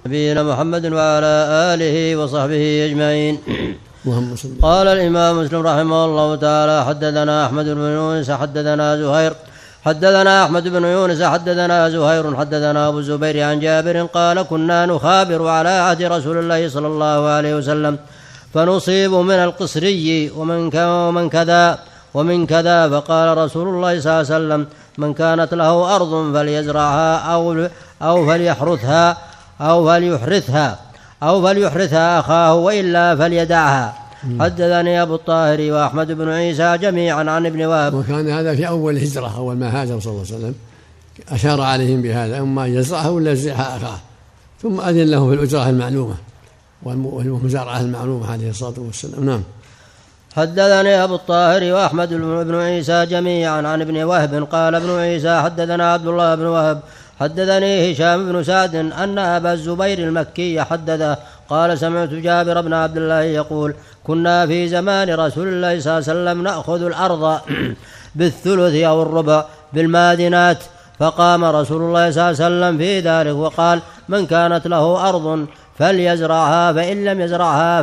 نبينا محمد وعلى آله وصحبه أجمعين. قال الإمام مسلم رحمه الله تعالى: حدثنا أحمد بن يونس حدثنا زهير حدثنا أبو الزبير عن جابر قال: كنا نخابر على عهد رسول الله صلى الله عليه وسلم فنصيب من القصري ومن كذا فقال رسول الله صلى الله عليه وسلم: من كانت له أرض فليزرعها أو فليحرثها أخاه وإلا فليدعها. حدثني أبو الطاهر وأحمد بن عيسى جميعا عن ابن وهب. وكان هذا في أول الهجرة، أول ما هاجر صلى الله عليه وسلم أشار عليهم بهذا: أما يزرعها ولا يزرعها أخاه، ثم أذن له في الأجرة المعلومة والمزارعة المعلومة عليه الصلاة والسلام. نعم. حدثني أبو الطاهر وأحمد بن عيسى جميعا عن ابن وهب. قال ابن عيسى: حدثنا عبد الله بن وهب حدثني هشام بن سعد أن أبا الزبير المكي حدثه قال: سمعت جابر بن عبد الله يقول: كنا في زمان رسول الله صلى الله عليه وسلم نأخذ الأرض بالثلث أو الربع بالمادنات، فقام رسول الله صلى الله عليه وسلم في ذلك وقال: من كانت له أرض فليزرعها، فإن لم يزرعها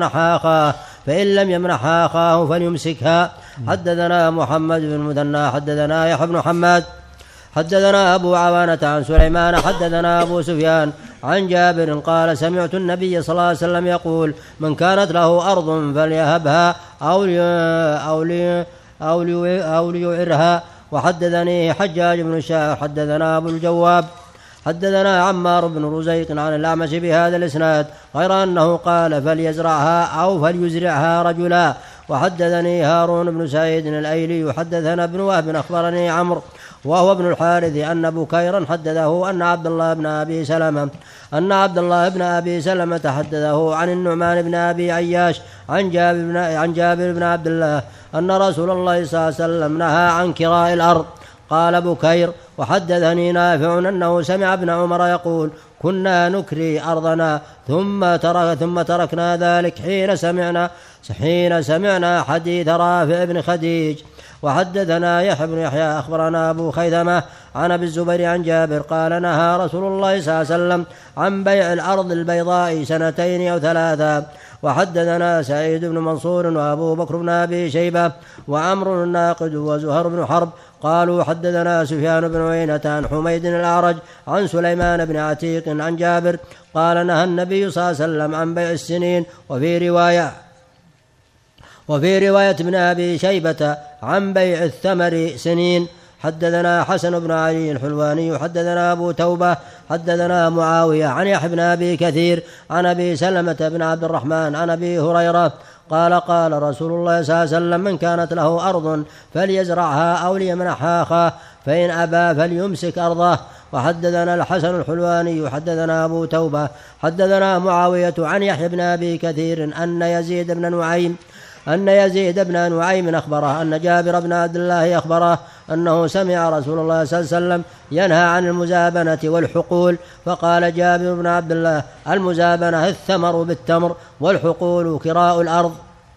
فليمنحها أخاه فليمسكها. حدثنا محمد بن المثنى حدثنا يحيى بن حماد حدثنا أبو عوانة عن سليمان حدثنا أبو سفيان عن جابر قال: سمعت النبي صلى الله عليه وسلم يقول: من كانت له أرض فليهبها أو ليعرها. وحدثني حجاج بن الشاعر حدثنا أبو الجواب حدثنا عمار بن رزيق عن الأعمش بهذا الإسناد، غير أنه قال: فليزرعها أو فليزرعها رجلا. وحدثني هارون بن سعيد الأيلي حدثنا ابن وهب أخبرني عمرو وهو ابن الحارث أن بكيرا حدثه أن عبد الله بن أبي سلمة حدثه عن النعمان بن أبي عياش عن جابر بن عبد الله أن رسول الله صلى الله عليه وسلم نهى عن كراء الأرض. قال بكير: وحدثني نافع أنه سمع ابن عمر يقول: كنا نكري أرضنا ثم تركنا ذلك حين سمعنا حديث رافع بن خديج. وحدثنا يحيى بن يحيى أخبرنا أبو خيثمة عن أبي الزبير عن جابر قال: نهى رسول الله صلى الله عليه وسلم عن بيع الأرض البيضاء 2 أو 3. وحدثنا سعيد بن منصور وأبو بكر بن أبي شيبة وعمرو الناقد وزهر بن حرب قالوا: حدثنا سفيان بن عيينة عن حميد الأعرج عن سليمان بن عتيق عن جابر قال: نهى النبي صلى الله عليه وسلم عن بيع السنين. وفي رواية ابن أبي شيبة عن بيع الثمر سنين. حدثنا حسن بن علي الحلواني حدثنا أبو توبة حدثنا معاوية عن يحيى بن أبي كثير عن أبي سلمة بن عبد الرحمن عن أبي هريرة قال: قال رسول الله صلى الله عليه وسلم: من كانت له أرض فليزرعها أو ليمنحها أخاه، فإن أبى فليمسك أرضه. وحدثنا الحسن الحلواني حدثنا أبو توبة حدثنا معاوية عن يحيى بن أبي كثير أن يزيد بن نعيم أخبره أن جابر بن عبد الله أخبره أنه سمع رسول الله صلى الله عليه وسلم ينهى عن المزابنة والحقول. فقال جابر بن عبد الله: المزابنة الثمر بالتمر، والحقول كراء الأرض.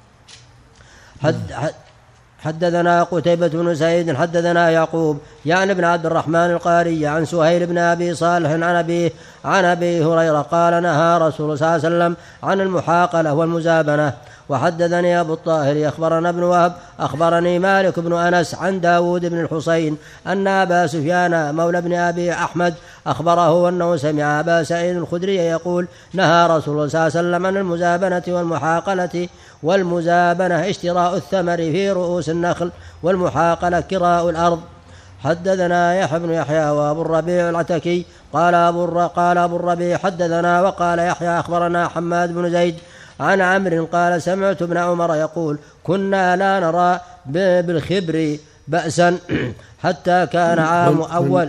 حدثنا قتيبة بن سعيد حدثنا يعقوب يعني ابن عبد الرحمن القاري عن سهيل بن أبي صالح عن أبي هريرة قال: نهى رسول الله صلى الله عليه وسلم عن المحاقلة والمزابنة. وحدثني أبو الطاهر أخبرنا ابن وهب أخبرني مالك بن أنس عن داود بن الحسين أن أبا سفيان مولى بن أبي أحمد أخبره أنه سمع أبا سعيد الخدري يقول: نهى رسول الله صلى الله عليه وسلم عن المزابنة والمحاقلة. والمزابنة اشتراء الثمر في رؤوس النخل، والمحاقلة كراء الأرض. حدثنا يحيى بن يحيى وأبو الربيع العتكي قال أبو الربيع حدثنا وقال يحيى أخبرنا حماد بن زيد عن عمرو قال: سمعت ابن عمر يقول: كنا لا نرى بالخبر بأسا حتى كان عام أول.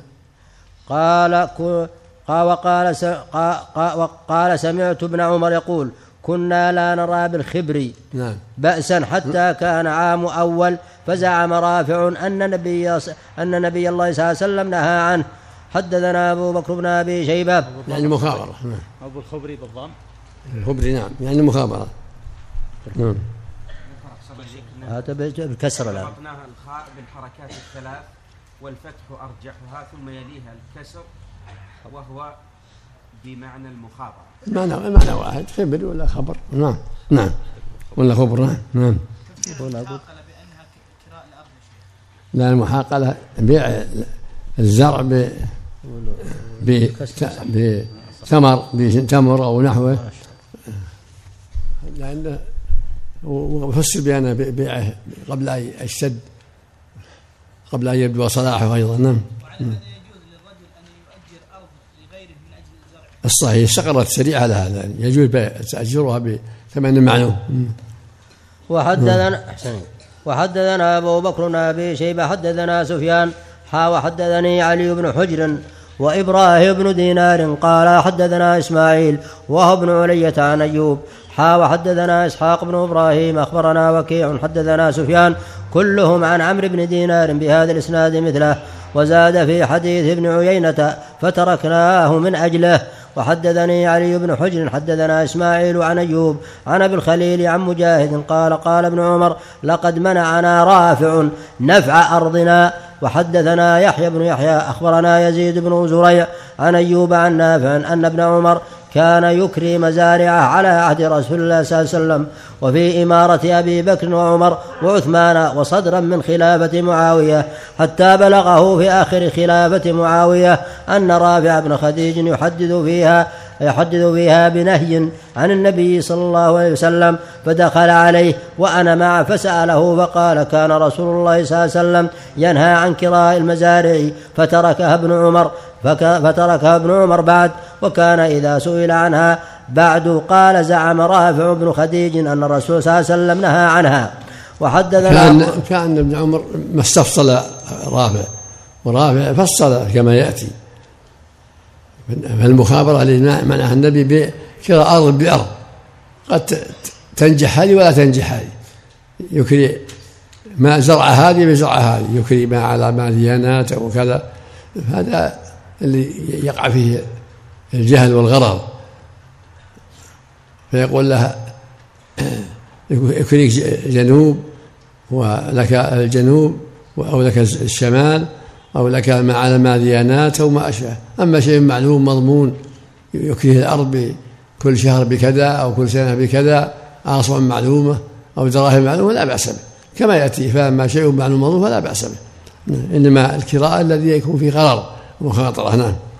قال سمعت ابن عمر يقول: كنا لا نرى بالخبر بأسا حتى كان عام أول. فزعم رافع أن نبي الله صلى الله عليه وسلم نهى عنه. حدثنا أبو بكر بن أبي شيبة يعني مخابرة. أبو الخبري بالضم الخبري نعم يعني مخابرة. نعم. هذا بالكسر الآن. ربطناها الخاء بالحركات الثلاث والفتح أرجحها ثم يليها الكسر وهو بمعنى المخابرة. معنى واحد، خبر ولا خبر. نعم ولا خبر. نعم. لا، المحاقلة بيع الزرع بتمر أو نحوه، لأنه وفسر بأنه بيعه قبل أن يشتد، قبل أن يبدو صلاحه أيضا. نعم. يجوز للرجل أن يؤجر أرض لغيره من أجل الزرع. الصحيح استقرت الشريعة على هذا، يجوز تأجرها بثمن معلوم. وحدثنا أبو بكر بن أبي شيبة حدثنا سفيان وحدثني علي بن حجر وإبراهيم بن دينار قال حدثنا إسماعيل وهو ابن علية عن أيوب وحدثنا إسحاق بن إبراهيم أخبرنا وكيع حدثنا سفيان كلهم عن عمرو بن دينار بهذا الإسناد مثله، وزاد في حديث ابن عيينة فتركناه من أجله. وحدثني علي بن حجر حدثنا إسماعيل عن أيوب عن أبي الخليل عن مجاهد قال ابن عمر لقد منعنا رافع نفع أرضنا. وحدثنا يحيى بن يحيى أخبرنا يزيد بن زريع عن أيوب عن نافع أن ابن عمر كان يكري مزارعه على عهد رسول الله صلى الله عليه وسلم وفي إمارة أبي بكر وعمر وعثمان وصدرا من خلافة معاوية، حتى بلغه في آخر خلافة معاوية أن رافع بن خديج يحدث فيها بنهي عن النبي صلى الله عليه وسلم، فدخل عليه وأنا معه فسأله فقال كان رسول الله صلى الله عليه وسلم ينهى عن كراء المزارع فتركها ابن عمر بعد، وكان إذا سئل عنها بعد قال زعم رافع بن خديج أن الرسول صلى الله عليه وسلم نهى عنها. وحدثنا كان ابن عمر ما استفصل رافع، ورافع فصل كما يأتي. فالمخابرة معناها النبي بكراء أرض بأرض، قد تنجح هذه ولا تنجح هذه، يكري ما زرع هذه بزرع هذه، يكري ما على ماديانات أو كذا. هذا اللي يقع فيه الجهل والغرر، فيقول لها يكريك جنوب ولك الجنوب أو لك الشمال أو لك ما على ماديانات أو ما أشبه. أما شيء معلوم مضمون يكريه الأرض كل شهر بكذا أو كل سنة بكذا، أصلا معلومة أو دراهم معلومة لا بأس به كما يأتي. فأما شيء معلوم مضمون فلا بأس به، إنما الكراء الذي يكون فيه غرر ومخاطرة.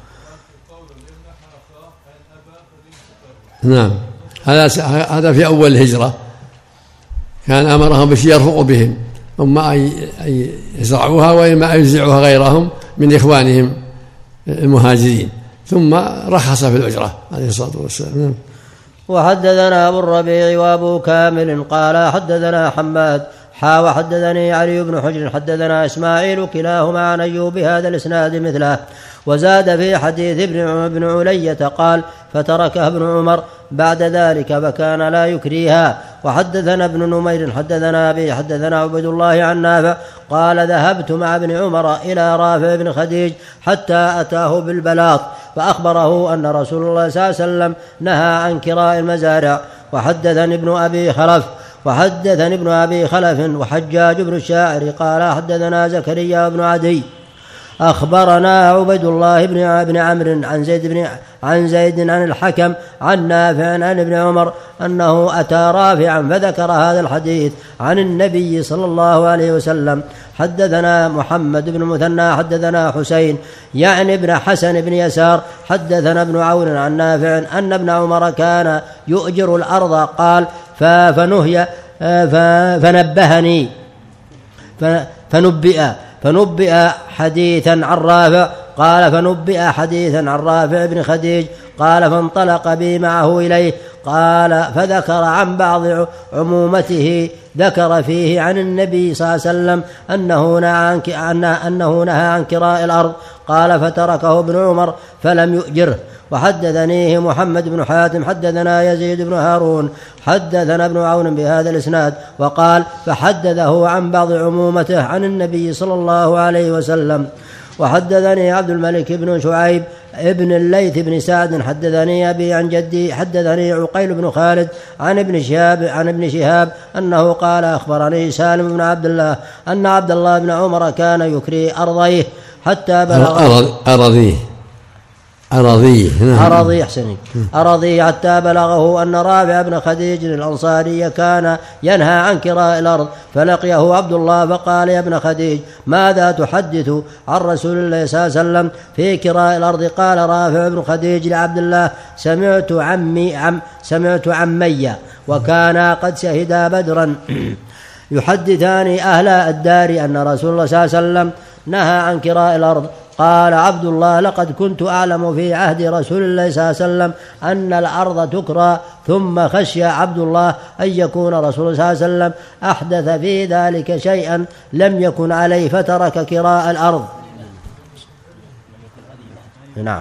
نعم. هذا في أول الهجرة كان أمرهم بشيء يرفق بهم، أما أن يزرعوها وإما أن يزرعوها غيرهم من إخوانهم المهاجرين، ثم رخص في الأجرة عليه الصلاة والسلام. وحدثنا أبو الربيع وأبو كامل قال حدثنا حماد وحدثني علي بن حجر حدثنا إسماعيل كلاهما عن أيوب بهذا الإسناد مثله، وزاد في حديث ابن علية قال فتركها ابن عمر بعد ذلك فكان لا يكريها. وحدثنا ابن نمير حدثنا أبي حدثنا عبد الله عن نافع قال ذهبت مع ابن عمر إلى رافع بن خديج حتى أتاه بالبلاط فأخبره أن رسول الله صلى الله عليه وسلم نهى عن كراء المزارع. وحدثني ابن أبي خلف وحجاج بن الشاعر قال حدثنا زكريا بن عدي أخبرنا عبد الله بن عمرو عن زيد عن الحكم عن نافع عن ابن عمر أنه أتى رافعا فذكر هذا الحديث عن النبي صلى الله عليه وسلم. حدثنا محمد بن مثنى حدثنا حسين يعني ابن حسن بن يسار حدثنا ابن عون عن نافع أن ابن عمر كان يؤجر الأرض قال فنبهني فنبئ حديثا عن رافع قال فنبئ حديثا عن رافع بن خديج قال فانطلق بي معه إليه قال فذكر عن بعض عمومته ذكر فيه عن النبي صلى الله عليه وسلم أنه نهى عن كراء الأرض قال فتركه ابن عمر فلم يؤجره. وحدثنيه محمد بن حاتم حدثنا يزيد بن هارون حدثنا ابن عون بهذا الإسناد وقال فحدثه عن بعض عمومته عن النبي صلى الله عليه وسلم. وحدثني عبد الملك بن شعيب ابن الليث بن سعد حدثني أبي عن جدي حدثني عقيل بن خالد عن ابن شهاب أنه قال أخبرني سالم بن عبد الله أن عبد الله بن عمر كان يكري أرضيه حتى بلغ أراضي أحسني أراضي حتى بلغه أن رافع بن خديج الأنصاري كان ينهى عن كراء الأرض، فلقيه عبد الله فقال: يا ابن خديج، ماذا تحدث عن رسول الله صلى الله عليه وسلم في كراء الأرض؟ قال رافع بن خديج لعبد الله: سمعت عمي وكانا قد شهدا بدرا يحدثان أهل الدار أن رسول الله صلى الله عليه وسلم نهى عن كراء الأرض. قال عبد الله: لقد كنت أعلم في عهد رسول الله صلى الله عليه وسلم أن الأرض تكرى. ثم خشي عبد الله أن يكون رسول الله صلى الله عليه وسلم أحدث في ذلك شيئا لم يكن عليه فترك كراء الأرض. نعم.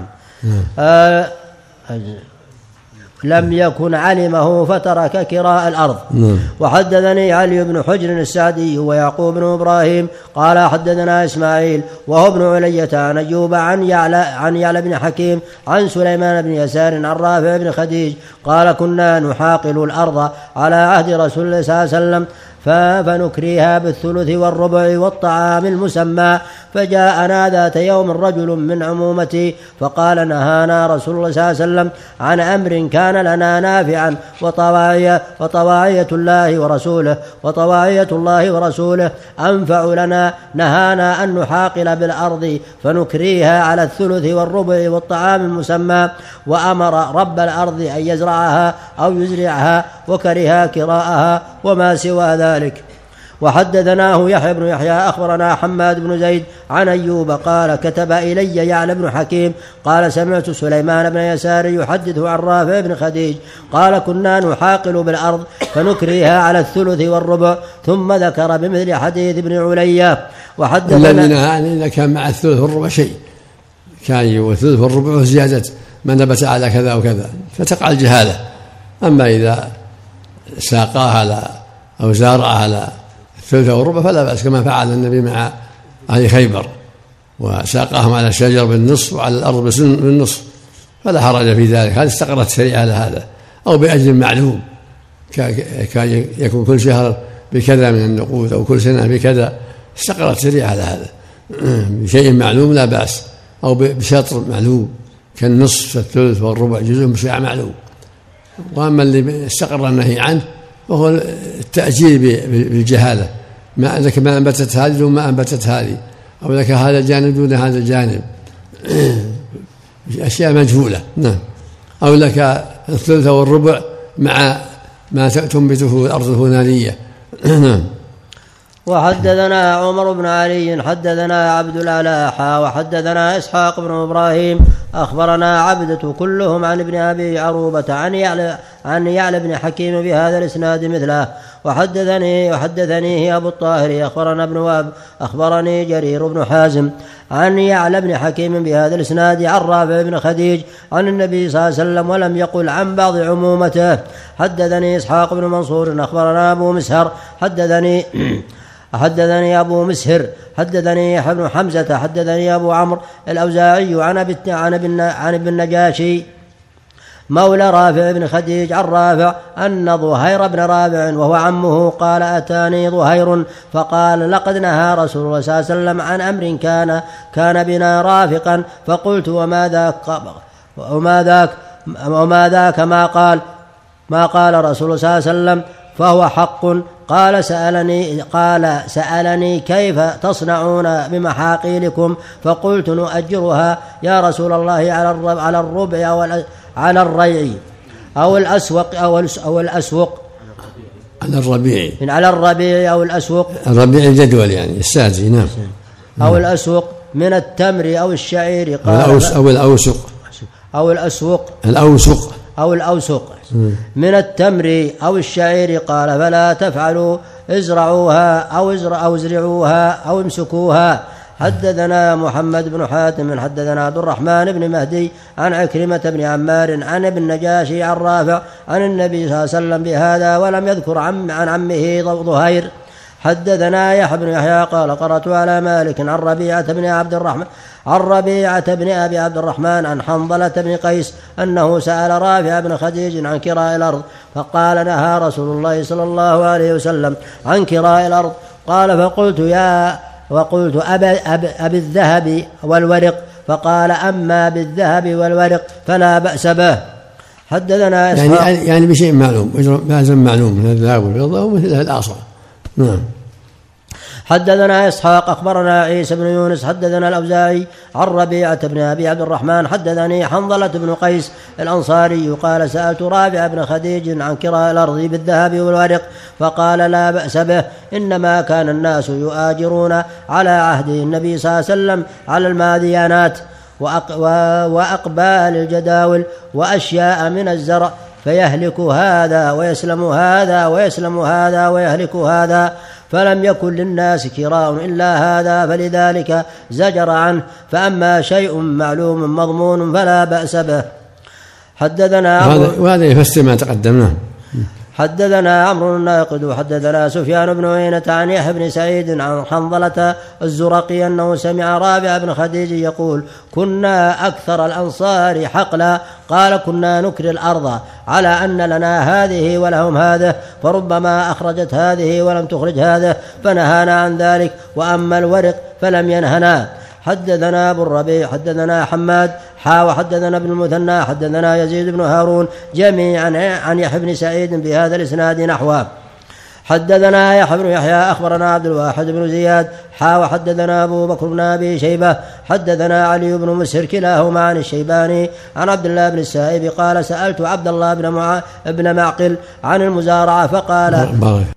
لم يكن علمه فترك كراء الأرض. وحدثني علي بن حجر السعدي ويعقوب بن إبراهيم قال حدثنا إسماعيل وهو ابن علية عن أيوب عن يعلى بن حكيم عن سليمان بن يسار عن رافع بن خديج قال: كنا نحاقل الأرض على عهد رسول الله صلى الله عليه وسلم فنكريها بالثلث والربع والطعام المسمى. فجاءنا ذات يوم رجل من عمومتي فقال: نهانا رسول الله صلى الله عليه وسلم عن أمر كان لنا نافعا وطواعية الله ورسوله أنفع لنا. نهانا أن نحاقل بالأرض فنكريها على الثلث والربع والطعام المسمى، وأمر رب الأرض أن يزرعها أو يزرعها وكره كراءها وما سوى ذلك. وحدثناه يحيى بن يحيى أخبرنا حماد بن زيد عن أيوب قال: كتب إلي يعلى بن حكيم قال: سمعت سليمان بن يسار يحدث عن رافع بن خديج قال: كنا نحاقل بالأرض فنكريها على الثلث والربع، ثم ذكر بمثل حديث ابن عليا. وحدثنا الذي نهى إذا كان مع الثلث والربع شيء، كان والثلث والربع وزيادة ما نبت على كذا وكذا فتقع الجهالة. أما إذا ساقاها أو زارعها على الثلث والربع فلا بأس، كما فعل النبي مع أهل خيبر وساقاهم على الشجر بالنصف وعلى الأرض بالنصف، فلا حرج في ذلك. هذه استقرت الشريعة على هذا. أو بأجل معلوم، كان يكون كل شهر بكذا من النقود أو كل سنة بكذا، استقرت الشريعة على هذا بشيء معلوم لا بأس. أو بشطر معلوم كالنصف الثلث والربع جزء بشيء معلوم. وأما اللي استقر النهي عنه وهو التأجيل بالجهالة، ما لك ما أنبتت هذه دون ما أنبتت هذه، أو لك هذا الجانب دون هذا الجانب، أشياء مجهولة. نعم. أو لك الثلث والربع مع ما تنبته الأرض الفلانية. نعم. وحدثنا عمر بن علي حدثنا عبد الأعلى وحدثنا إسحاق بن إبراهيم أخبرنا عبدة كلهم عن ابن أبي عروبة عن يعلى بن حكيم بهذا الإسناد مثله. وحدثني أبو الطاهر أخبرنا ابن وهب أخبرني جرير بن حازم عن يعلى بن حكيم بهذا الإسناد عن رافع بن خديج عن النبي صلى الله عليه وسلم ولم يقل عن بعض عمومته. حدثني إسحاق بن منصور أخبرنا أبو مسهر حدثني أبو مسهر حدثني ابن حمزة حدثني أبو عمرو الأوزاعي عن ابن النجاشي مولى رافع بن خديج عن رافع أن ظهير بن رافع وهو عمه قال: أتاني ظهير فقال: لقد نهى رسول الله صلى الله عليه وسلم عن أمر كان بنا رافقا. فقلت: وما ذاك ما قال رسول الله صلى الله عليه وسلم فهو حق. قال سألني كيف تصنعون بمحاقيلكم؟ فقلت: نؤجرها يا رسول الله على الربع أو على الريع أو الأسوق على الربيع، على الربيع أو الأسوق، الربيع الجدول يعني الساجي. نعم. أو الأسوق من التمر أو الشعير. أو الأوسق من التمر أو الشعير. قال: فلا تفعلوا، ازرعوها أو ازرعوها أو امسكوها. حدثنا محمد بن حاتم حدثنا عبد الرحمن بن مهدي عن عكرمة بن عمار عن ابن النجاشي عن رافع عن النبي صلى الله عليه وسلم بهذا ولم يذكر عن عمه ظهير. حدثنا يحيى بن يحيى قال: قرأت على مالك عن ربيعة بن أبي عبد الرحمن عن حنظلة بن قيس أنه سأل رافع بن خديج عن كراء الأرض فقال: نهى رسول الله صلى الله عليه وسلم عن كراء الأرض. قال: فقلت أبي الذهب والورق فقال أما بالذهب والورق فلا بأس به. حدثنا يعني بشيء معلوم، لازم معلوم من الذهب والفضة ومثلها الآصع. نعم. حدثنا إسحاق أخبرنا عيسى بن يونس حدثنا الأوزاعي عن ربيعة بن أبي عبد الرحمن حدثني حنظلة بن قيس الأنصاري قال سألت رافع بن خديج عن كراء الأرض بالذهب والورق فقال لا بأس به، إنما كان الناس يؤاجرون على عهد النبي صلى الله عليه وسلم على الماديانات وأقبال الجداول وأشياء من الزرع، فيهلك هذا ويسلم هذا ويسلم هذا ويهلك هذا، فلم يكن للناس كراء إلا هذا، فلذلك زجر عنه. فأما شيء معلوم مضمون فلا بأس به. حدثنا وهذا يفسر ما تقدمنا. حدثنا عمرو الناقد حدثنا سفيان بن عيينة عن يحيى بن سعيد عن حنظلة الزرقي أنه سمع رافع بن خديج يقول كنا أكثر الأنصار حقلا، قال كنا نكري الأرض على أن لنا هذه ولهم هذه، فربما أخرجت هذه ولم تخرج هذه فنهانا عن ذلك، وأما الورق فلم ينهنا. حدثنا أبو الربيع حدثنا حماد وحدثنا ابن المثنى حدثنا يزيد بن هارون جميعا عن يحيى بن سعيد بهذا الإسناد نحوه. حدثنا يحيى بن يحيى أخبرنا عبد الواحد بن زياد وحدثنا أبو بكر بن أبي شيبة حدثنا علي بن مسهر كلاهما عن الشيباني عن عبد الله بن السائب قال سألت عبد الله بن معقل عن المزارعة فقال